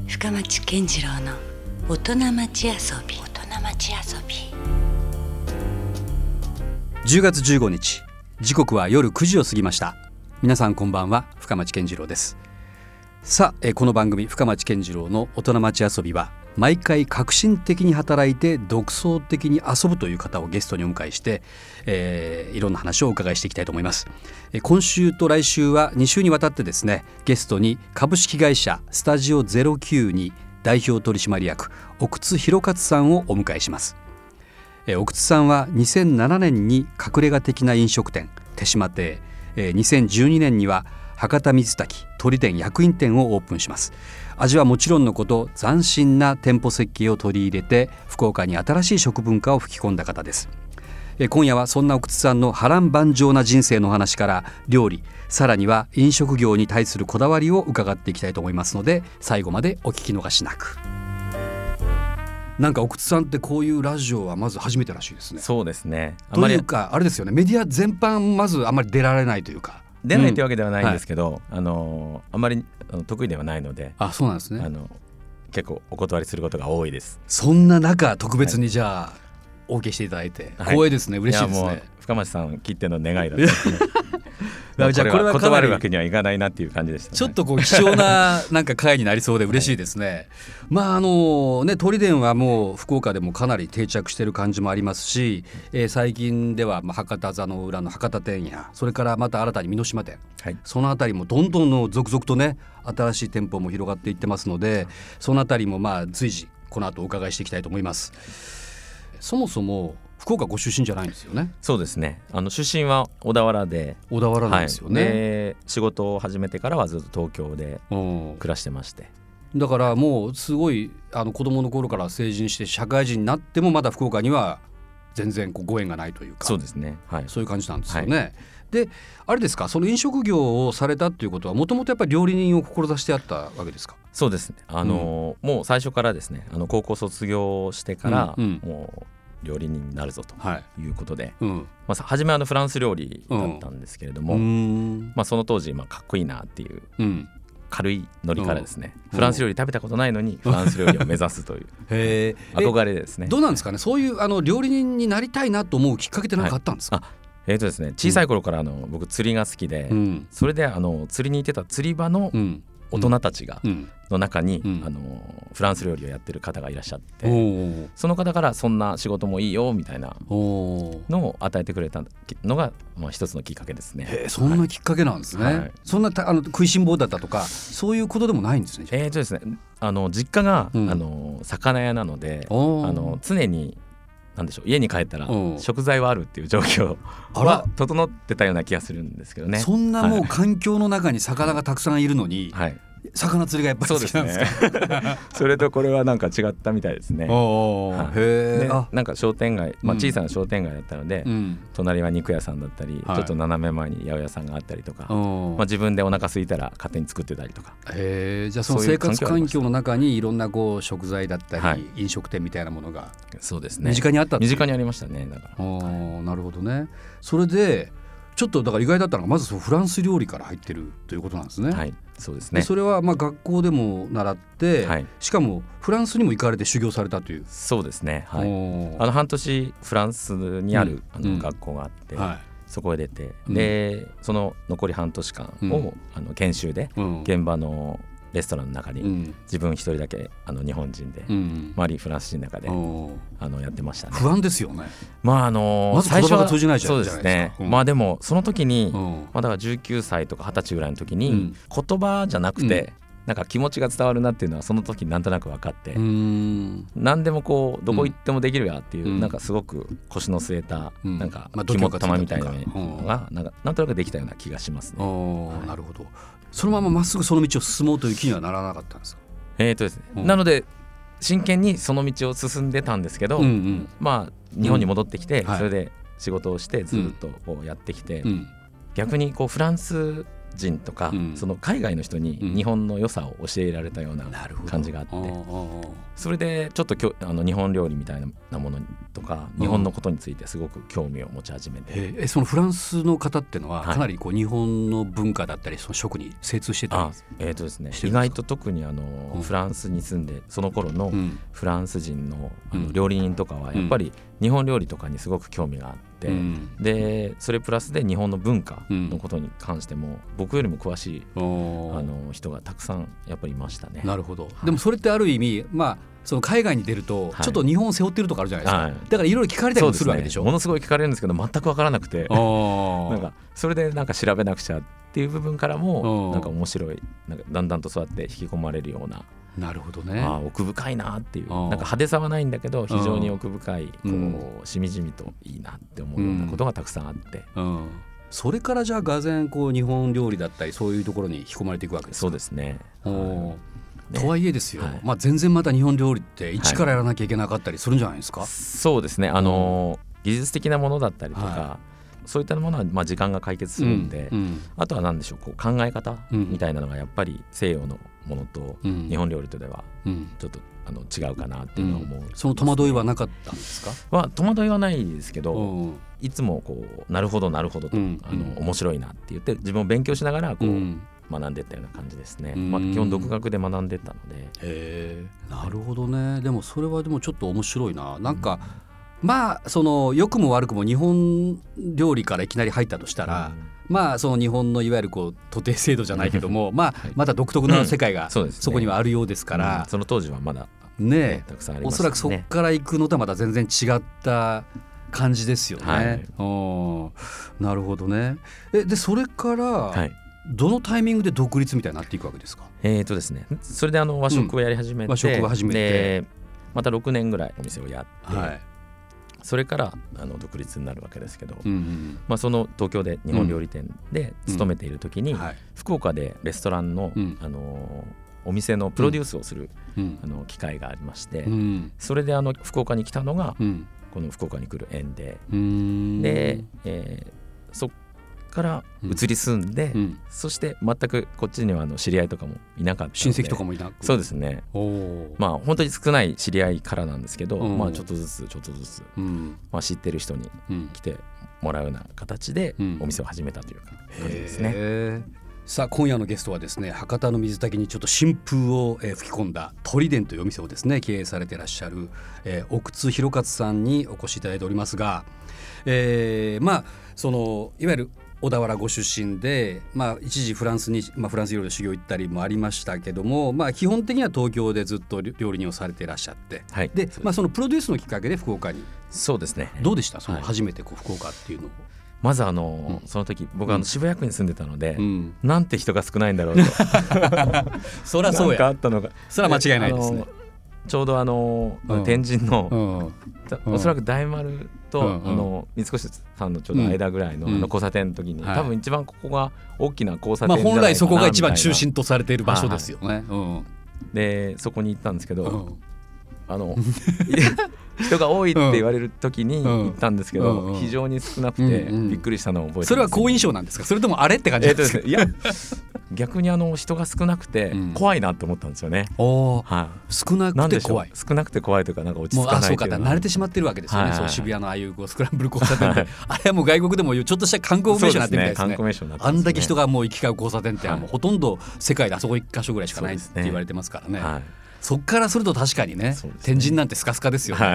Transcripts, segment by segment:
深町健次郎の大人町遊び。 10月15日、時刻は夜9時を過ぎました。皆さんこんばんは、深町健次郎です。さあ、この番組深町健次郎の大人町遊びは毎回革新的に働いて独創的に遊ぶという方をゲストにお迎えして、いろんな話をお伺いしていきたいと思います。今週と来週は2週にわたってですね、ゲストに株式会社スタジオ092代表取締役奥津弘勝さんをお迎えします。奥津さんは2007年に隠れ家的な飲食店手島亭、2012年には博多水炊き鳥店薬品店をオープンします。味はもちろんのこと、斬新な店舗設計を取り入れて福岡に新しい食文化を吹き込んだ方です。今夜はそんな奥津さんの波乱万丈な人生の話から料理、さらには飲食業に対するこだわりを伺っていきたいと思いますので、最後までお聞き逃しなく。なんか奥津さんってこういうラジオはまず初めてらしいですね。 そうですね。 というかあれですよね、メディア全般まずあまり出られないというか、 出ないというわけではないんですけど、あまり得意ではないので。 あ、そうなんですね。 結構お断りすることが多いです。 そんな中特別にじゃあ、OK していただいて光栄ですね、嬉しいですね。 いやもう深町さんきっての願いだったじゃあこれは断るわけにはいかないなっていう感じでしたね。 ちょっとこう貴重ななんか回になりそうで嬉しいですね。まあ鳥電はもう福岡でもかなり定着している感じもありますし、最近では博多座の裏の博多店や、それからまた新たに美濃島店、そのあたりもどんどん続々とね新しい店舗も広がっていってますので、そのあたりも随時この後お伺いしていきたいと思います。そもそも福岡ご出身じゃないんですよね。 そうですね。出身は小田原で。 小田原なんですよね。 で仕事を始めてからはずっと東京で暮らしてまして、 だからもうすごい子供の頃から成人して社会人になってもまだ福岡には全然ご縁がないというか。 そうですね、 そういう感じなんですよね。であれですか、その飲食業をされたっていうことはもともとやっぱり料理人を志してあったわけですか。 そうですね。もう最初からですね、高校卒業してから、もう料理人になるぞということで、初めはフランス料理だったんですけれども、その当時かっこいいなっていう軽いノリからですね、フランス料理食べたことないのにフランス料理を目指すという憧れですね。 どうなんですかね、そういう料理人になりたいなと思うきっかけって何かあったんですか。 ですね、小さい頃から僕釣りが好きで、それで釣りに行ってた釣り場の大人たちがの中に、フランス料理をやってる方がいらっしゃって、その方からそんな仕事もいいよみたいなのを与えてくれたのが、一つのきっかけですね。 そんなきっかけなんですね。そんな食いしん坊だったとかそういうことでもないんですね。 ですね、実家が、魚屋なので、常になんでしょう、家に帰ったら食材はあるっていう状況は整ってたような気がするんですけどね。 そんなもう環境の中に魚がたくさんいるのに、魚釣りがやっぱり好きなんですか。 それとこれはなんか違ったみたいですね。なんか商店街、小さな商店街だったので、隣は肉屋さんだったり、ちょっと斜め前に八百屋さんがあったりとか、自分でお腹空いたら勝手に作ってたりとか。 じゃあその生活環境の中にいろんな食材だったり、飲食店みたいなものがそうですね、 身近にあった。 身近にありましたね。だからなるほどね。それでちょっとだから意外だったのが、まずフランス料理から入ってるということなんですね。 そうですね。 それは学校でも習って、しかもフランスにも行かれて修行されたという。 そうですね、半年フランスにある学校があって、そこへ出て、でその残り半年間を研修で現場のレストランの中に自分一人だけ日本人で、周りフランス人の中でやってましたね。 不安ですよね。 まず言葉が通じないじゃないですか。 そうですね。でもその時に、だから19歳とか20歳ぐらいの時に、言葉じゃなくて、なんか気持ちが伝わるなっていうのはその時なんとなく分かって、何でもどこ行ってもできるやっていう、なんかすごく腰の据えた、なんか肝っ玉みたいなのがなんとなくできたような気がしますね。 なるほど。そのまままっすぐその道を進もうという気にはならなかったんですか。 ですね、なので真剣にその道を進んでたんですけど、日本に戻ってきて、それで仕事をしてずっとやってきて、逆にフランス人とか、その海外の人に日本の良さを教えられたような感じがあって、それでちょっと日本料理みたいなものとか日本のことについてすごく興味を持ち始めて、 そのフランスの方ってのはかなり日本の文化だったりその食に精通してたりですね、意外と特にフランスに住んでその頃のフランス人の料理人とかはやっぱり日本料理とかにすごく興味があって、でそれプラスで日本の文化のことに関しても僕よりも詳しい人がたくさんやっぱりいましたね。 なるほど、でもそれってある意味その海外に出るとちょっと日本を背負ってるとかあるじゃないですか、だからいろいろ聞かれたりもするわけでしょ。 ものすごい聞かれるんですけど全く分からなくてなんかそれでなんか調べなくちゃっていう部分からもなんか面白い、なんかだんだんとそうやって引き込まれるような。 なるほどね。 奥深いなっていう、なんか派手さはないんだけど非常に奥深いしみじみといいなって思うようなことがたくさんあって、 それからじゃあがぜん日本料理だったりそういうところに引き込まれていくわけですか。 そうですね。 とはいえですよ、全然また日本料理って一からやらなきゃいけなかったりするんじゃないですか。 そうですね、技術的なものだったりとか、そういったものは時間が解決するんで、あとは何でしょう、考え方みたいなのがやっぱり西洋のものと日本料理とではちょっと違うかなっていうのは思う、 その戸惑いはなかったんですか。 戸惑いはないですけど、いつもなるほどなるほどと、面白いなって言って自分を勉強しながら学んでったような感じですね。基本独学で学んでったので。 なるほどね。でもそれはでもちょっと面白いな。なんかその良くも悪くも日本料理からいきなり入ったとしたら、その日本のいわゆる徒弟制度じゃないけどもまた独特な世界がそこにはあるようですから、 その当時はまだねたくさんありまおそらくそこから行くのとはまた全然違った感じですよね。なるほどね。でそれからどのタイミングで独立みたいになっていくわけですか。 ですね、それで和食をやり始めて、 和食を始めてまた6年ぐらいお店をやって、それから独立になるわけですけど、その東京で日本料理店で勤めている時に、福岡でレストランの、お店のプロデュースをする、機会がありまして、それで福岡に来たのが、この福岡に来る縁で、そっから移り住んで、そして全くこっちには知り合いとかもいなかったので、 親戚とかもいなく。 そうですね。本当に少ない知り合いからなんですけど、ちょっとずつ知ってる人に来てもらうような形でお店を始めたというか感じですね。 さあ今夜のゲストはですね、博多の水炊きにちょっと新風を吹き込んだ鳥伝というお店をですね経営されていらっしゃる奥津弘勝さんにお越しいただいておりますが、そのいわゆる小田原ご出身で、一時フランスに、フランス料理の修行行ったりもありましたけども、基本的には東京でずっと料理人をされていらっしゃって、でそのプロデュースのきっかけで福岡に。 そうですね。 どうでしたその初めて福岡っていうのを。 まずその時僕は渋谷区に住んでたので、なんて人が少ないんだろうとそりゃそうや。 なんかあったのがそれは間違いないですね。 ちょうど天神の、おそらく大丸と三越さんのちょうど間ぐらいの交差点の時に、多分一番ここが大きな交差点じゃないかなみたいな、 本来そこが一番中心とされている場所ですよね。 でそこに行ったんですけど、人が多いって言われる時に行ったんですけど、非常に少なくてびっくりしたのを覚えてます。 それは好印象なんですか、それともあれって感じですか。 いや逆に人が少なくて怖いなって思ったんですよね。 少なくて怖い。 少なくて怖いというか、なんか落ち着かないというか。 慣れてしまってるわけですよね。そう渋谷のああいうスクランブル交差点ってあれはもう外国でもちょっとした観光名所になってみたいですね。あんだけ人がもう行き交う交差点ってもうほとんど世界であそこ1箇所ぐらいしかないって言われてますからね。そっからすると確かにね、天神なんてスカスカですよね。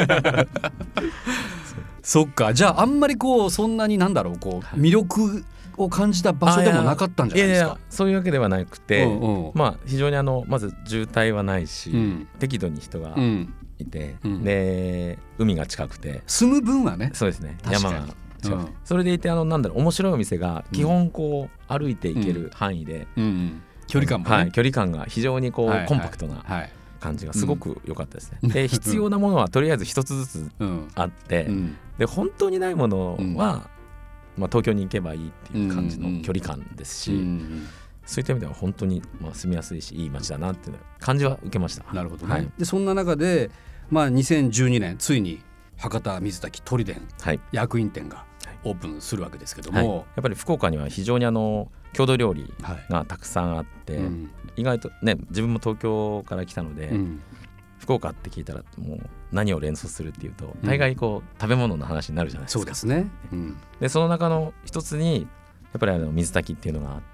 そっか。じゃああんまりそんなに魅力を感じた場所でもなかったんじゃないですか。 いやそういうわけではなくて、非常にまず渋滞はないし、適度に人がいて、で海が近くて、 住む分はね。 そうですね。山が近くて、それでいて面白いお店が基本歩いて行ける範囲で、 距離感もね、 距離感が非常にコンパクトな感じがすごく良かったですね。で必要なものはとりあえず一つずつあって、で本当にないものは東京に行けばいいっていう感じの距離感ですし、そういった意味では本当に住みやすいしいい街だなっていう感じは受けました。 なるほどね。でそんな中で2012年ついに博多水炊き鳥伝役員店がオープンするわけですけども、 やっぱり福岡には非常に郷土料理がたくさんあって、意外とね自分も東京から来たので、福岡って聞いたらもう何を連想するっていうと大概こう食べ物の話になるじゃないですか。 そうですね、 でその中の一つにやっぱり水炊きっていうのがあって、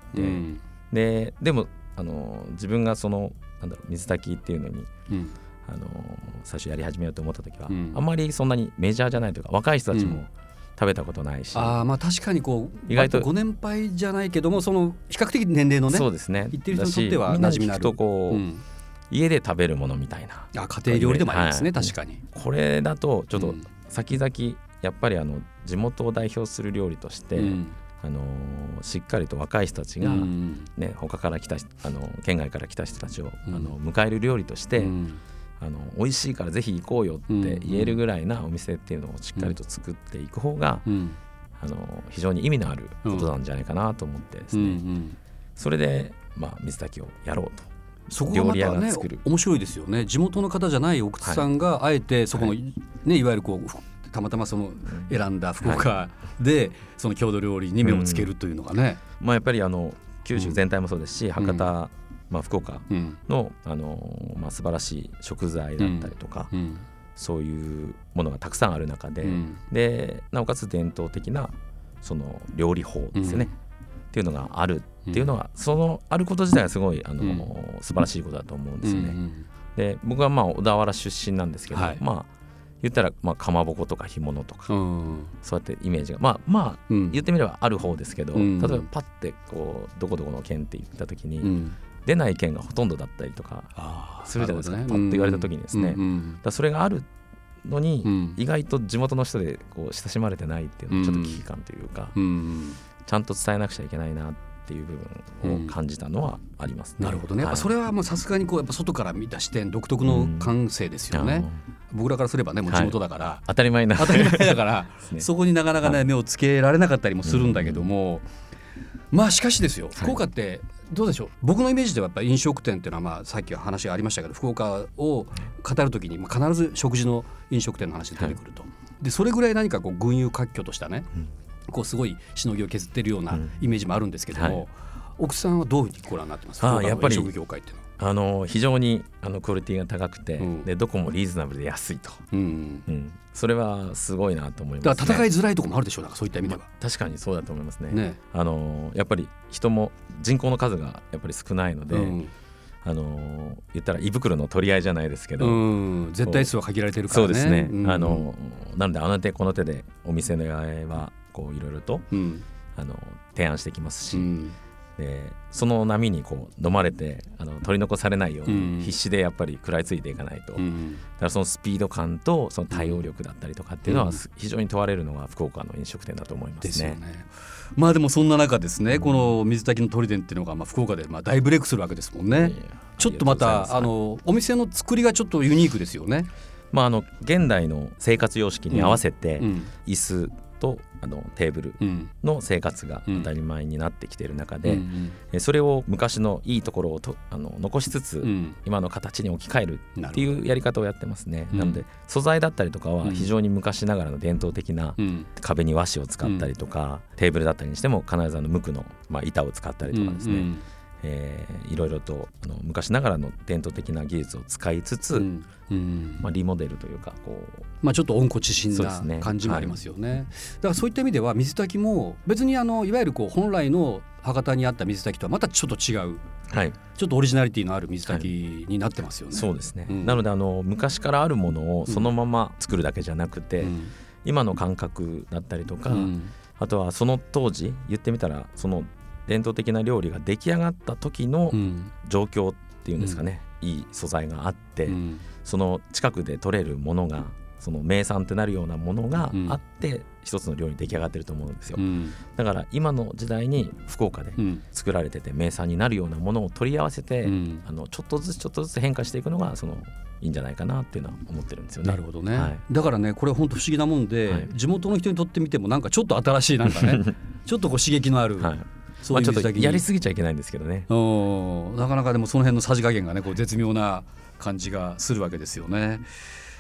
でも自分がその水炊きっていうのに、最初やり始めようと思った時は、あんまりそんなにメジャーじゃないというか若い人たちも食べたことないし、 まあ確かにこう意外とご年配じゃないけどもその比較的年齢のね、 そうですね、 言ってる人にとっては馴染みのある、 みんなに聞くとこう、家で食べるものみたいな家庭料理でもありますね、確かにこれだとちょっと先々やっぱり地元を代表する料理として、しっかりと若い人たちが、他から来た県外から来た人たちを、迎える料理として、美味しいからぜひ行こうよって言えるぐらいなお店っていうのをしっかりと作っていく方が、非常に意味のあることなんじゃないかなと思ってですね、それで、水炊きをやろうと。 そこがまたね面白いですよね。地元の方じゃない奥津さんがあえてそこの、いわゆるこうたまたまその選んだ福岡でその郷土料理に目をつけるというのがね、 やっぱり九州全体もそうですし、博多、福岡の、素晴らしい食材だったりとか、そういうものがたくさんある中で、でなおかつ伝統的なその料理法ですね、っていうのがあるっていうのは、そのあること自体がすごい素晴らしいことだと思うんですよね。で僕は小田原出身なんですけど、言ったらかまぼことか干物とか、そうやってイメージが言ってみればある方ですけど、例えばパッてこうどこどこの県って言った時に、出ない県がほとんどだったりとかするじゃないですか、パッと言われた時にですね、だそれがあるのに、意外と地元の人でこう親しまれてないっていうのはちょっと危機感というか、ちゃんと伝えなくちゃいけないなっていう部分を感じたのはありますね。 なるほどね。やっぱそれはさすがにこうやっぱ外から見た視点独特の感性ですよね。僕らからすればねもう地元だから、 当たり前だからそこになかなかね目をつけられなかったりもするんだけども、しかしですよ、福岡ってどうでしょう。僕のイメージではやっぱり飲食店っていうのはさっき話がありましたけど、福岡を語るときに必ず食事の飲食店の話が出てくると、でそれぐらい何かこう群雄割拠としたね、こうすごいしのぎを削ってるようなイメージもあるんですけども、奥さんはどういうふうにご覧になってますか。やっぱり飲食業界っていうのは非常にクオリティが高くて、でどこもリーズナブルで安いと、それはすごいなと思いますね。 だから戦いづらいところもあるでしょう。そういった意味では、 確かにそうだと思いますね。やっぱり人口の数がやっぱり少ないので、言ったら胃袋の取り合いじゃないですけど、 絶対数は限られてるからね。 そうですね、なのであの手この手でお店の側はこういろいろと、提案してきますし、でその波にこう飲まれて取り残されないように必死でやっぱり食らいついていかないと、だからそのスピード感とその対応力だったりとかっていうのは非常に問われるのが福岡の飲食店だと思いますね。 ですよね。でもそんな中ですね、この水炊きの鳥店っていうのが福岡で大ブレイクするわけですもんね。ちょっとまたお店の作りがちょっとユニークですよね。 現代の生活様式に合わせて、椅子とテーブルの生活が当たり前になってきている中で、それを昔のいいところを残しつつ、今の形に置き換えるっていうやり方をやってますね。なので素材だったりとかは非常に昔ながらの伝統的な、壁に和紙を使ったりとか、テーブルだったりにしても必ず無垢の板を使ったりとかですね、いろいろと昔ながらの伝統的な技術を使いつつ、リモデルというかちょっと温故知新な感じもありますよね。だからそういった意味では水炊きも別にいわゆる本来の博多にあった水炊きとはまたちょっと違う、ちょっとオリジナリティのある水炊きになってますよね。 そうですね、なので昔からあるものをそのまま作るだけじゃなくて、今の感覚だったりとか、あとはその当時言ってみたらその伝統的な料理が出来上がった時の状況っていうんですかね、いい素材があって、その近くで取れるものがその名産ってなるようなものがあって、一つの料理に出来上がってると思うんですよ。だから今の時代に福岡で作られてて名産になるようなものを取り合わせて、ちょっとずつ変化していくのがいいんじゃないかなっていうのは思ってるんですよね。 なるほどね、だからねこれ本当不思議なもんで、地元の人にとってみてもなんかちょっと新しいちょっと刺激のある、そういうちょっとやりすぎちゃいけないんですけどね。 なかなかでもその辺のさじ加減がね絶妙な感じがするわけですよね。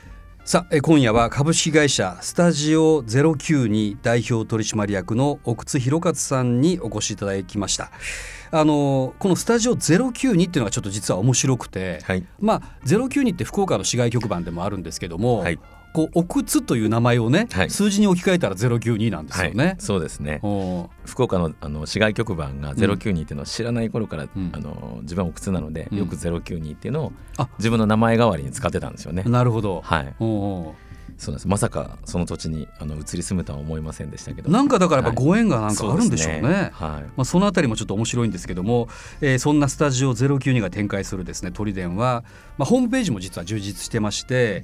さあ今夜は株式会社スタジオ092代表取締役の奥津弘勝さんにお越しいただきました。このスタジオ092っていうのがちょっと実は面白くて、はい、092って福岡の市外局番でもあるんですけども、はい、奥津という名前をね、はい、数字に置き換えたら092なんですよね、はい、 そうですね。福岡の、市外局番が092っていうのを知らない頃から、自分は奥津なので、よく092っていうのを自分の名前代わりに使ってたんですよね。 なるほど、 はい、そうなんです。まさかその土地に移り住むとは思いませんでしたけど、 なんかだからやっぱご縁がなんかあるんでしょうね。そのあたりもちょっと面白いんですけども、そんなスタジオ092が展開するですね鳥電は、ホームページも実は充実してまして、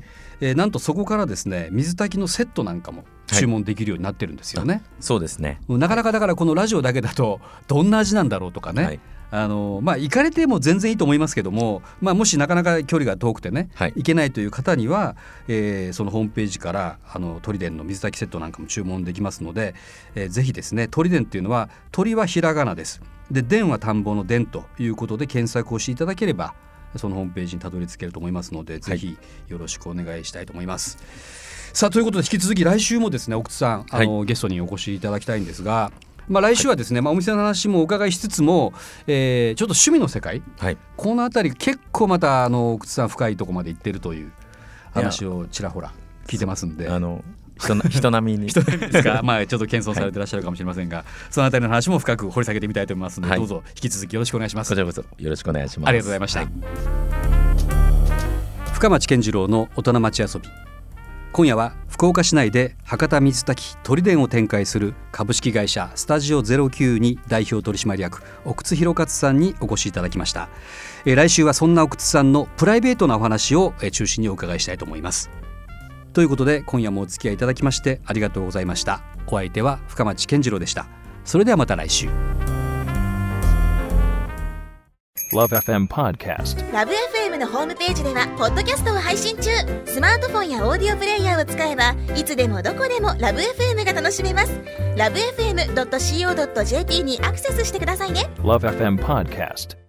なんとそこからですね水炊きのセットなんかも注文できるようになってるんですよね、はい、 そうですね。 なかなかだからこのラジオだけだとどんな味なんだろうとかね、はい、行かれても全然いいと思いますけども、もしなかなか距離が遠くてね、はい、行けないという方には、そのホームページから鳥電の水炊きセットなんかも注文できますので、ぜひですね鳥電っていうのは鳥はひらがなです。で電は田んぼの電ということで検索をしていただければそのホームページにたどり着けると思いますので、ぜひよろしくお願いしたいと思います。さあということで引き続き来週もですね奥津さんゲストにお越しいただきたいんですが、来週はですね、お店の話もお伺いしつつも、ちょっと趣味の世界、このあたり結構また奥津さん深いところまで行ってるという話をちらほら聞いてますんで、 人並みに人並みですかちょっと謙遜されてらっしゃるかもしれませんが、そのあたりの話も深く掘り下げてみたいと思いますので、どうぞ引き続きよろしくお願いします。 こちらこそよろしくお願いします。 ありがとうございました、深町健次郎の大人町遊び。今夜は福岡市内で博多水炊き鳥電を展開する株式会社スタジオ092代表取締役奥津弘勝さんにお越しいただきました。来週はそんな奥津さんのプライベートなお話を中心にお伺いしたいと思います。ということで今夜もお付き合いいただきましてありがとうございました。お相手は深町健次郎でした。それではまた来週。 LoveFM Podcast。LoveFM のホームページではポッドキャストを配信中。スマートフォンやオーディオプレイヤーを使えばいつでもどこでも LoveFM が楽しめます。LoveFM.co.jp にアクセスしてくださいね。LoveFM Podcast。